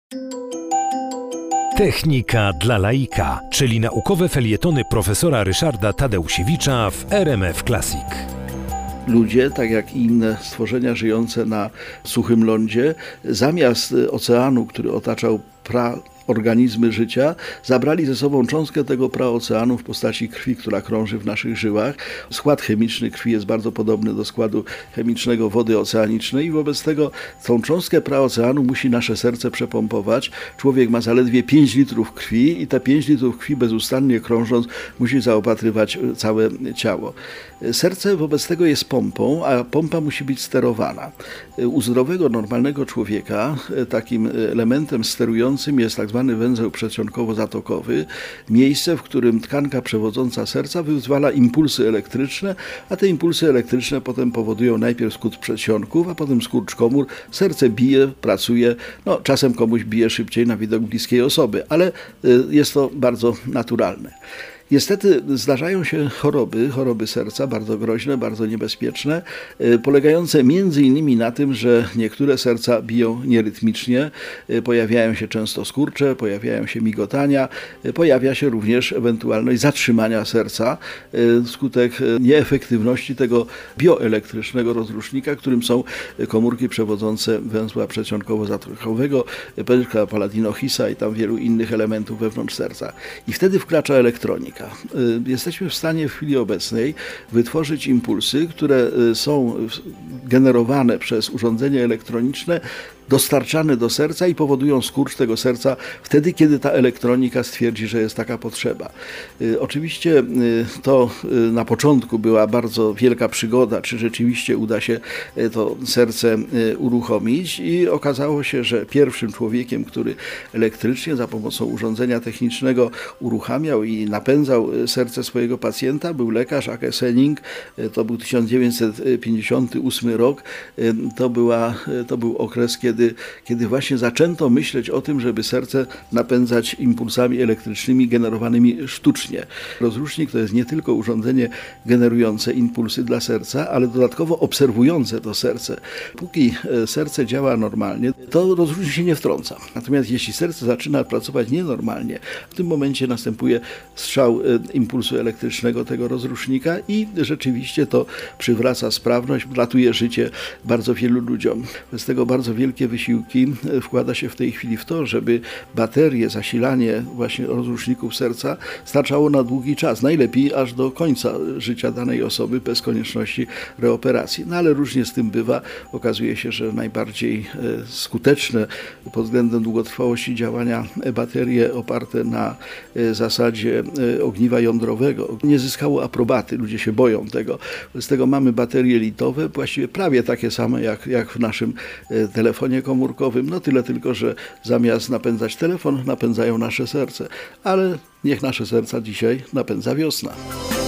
Technika dla laika, czyli naukowe felietony profesora Ryszarda Tadeusiewicza w RMF Classic. Ludzie, tak jak i inne stworzenia żyjące na suchym lądzie, zamiast oceanu, który otaczał organizmy życia, zabrali ze sobą cząstkę tego praoceanu w postaci krwi, która krąży w naszych żyłach. Skład chemiczny krwi jest bardzo podobny do składu chemicznego wody oceanicznej i wobec tego tą cząstkę praoceanu musi nasze serce przepompować. Człowiek ma zaledwie 5 litrów krwi i te 5 litrów krwi bezustannie krążąc musi zaopatrywać całe ciało. Serce wobec tego jest pompą, a pompa musi być sterowana. U zdrowego, normalnego człowieka takim elementem sterującym jest tak zwany węzeł przedsionkowo-zatokowy, miejsce, w którym tkanka przewodząca serca wyzwala impulsy elektryczne, a te impulsy elektryczne potem powodują najpierw skurcz przedsionków, a potem skurcz komór. Serce bije, pracuje, czasem komuś bije szybciej na widok bliskiej osoby, ale jest to bardzo naturalne. Niestety zdarzają się choroby serca, bardzo groźne, bardzo niebezpieczne, polegające między innymi na tym, że niektóre serca biją nierytmicznie, pojawiają się często skurcze, pojawiają się migotania, pojawia się również ewentualność zatrzymania serca wskutek nieefektywności tego bioelektrycznego rozrusznika, którym są komórki przewodzące węzła przedsionkowo-zatkowego, pęczka Paladino-Hisa i tam wielu innych elementów wewnątrz serca. I wtedy wkracza elektronika. Jesteśmy w stanie w chwili obecnej wytworzyć impulsy, które są generowane przez urządzenie elektroniczne, dostarczane do serca i powodują skurcz tego serca wtedy, kiedy ta elektronika stwierdzi, że jest taka potrzeba. Oczywiście to na początku była bardzo wielka przygoda, czy rzeczywiście uda się to serce uruchomić i okazało się, że pierwszym człowiekiem, który elektrycznie za pomocą urządzenia technicznego uruchamiał i napędzał serce swojego pacjenta, był lekarz Ake Henning. To był 1958 rok. To był okres, kiedy właśnie zaczęto myśleć o tym, żeby serce napędzać impulsami elektrycznymi generowanymi sztucznie. Rozrusznik to jest nie tylko urządzenie generujące impulsy dla serca, ale dodatkowo obserwujące to serce. Póki serce działa normalnie, to rozrusznik się nie wtrąca. Natomiast jeśli serce zaczyna pracować nienormalnie, w tym momencie następuje strzał impulsu elektrycznego tego rozrusznika i rzeczywiście to przywraca sprawność, ratuje życie bardzo wielu ludziom. Z tego bardzo wielkie wysiłki wkłada się w tej chwili w to, żeby baterie, zasilanie właśnie rozruszników serca starczało na długi czas, najlepiej aż do końca życia danej osoby bez konieczności reoperacji. Ale różnie z tym bywa. Okazuje się, że najbardziej skuteczne pod względem długotrwałości działania baterie oparte na zasadzie ogniwa jądrowego nie zyskało aprobaty. Ludzie się boją tego. Z tego mamy baterie litowe, właściwie prawie takie same jak w naszym telefonie komórkowym. Tyle tylko, że zamiast napędzać telefon, napędzają nasze serce. Ale niech nasze serca dzisiaj napędza wiosna.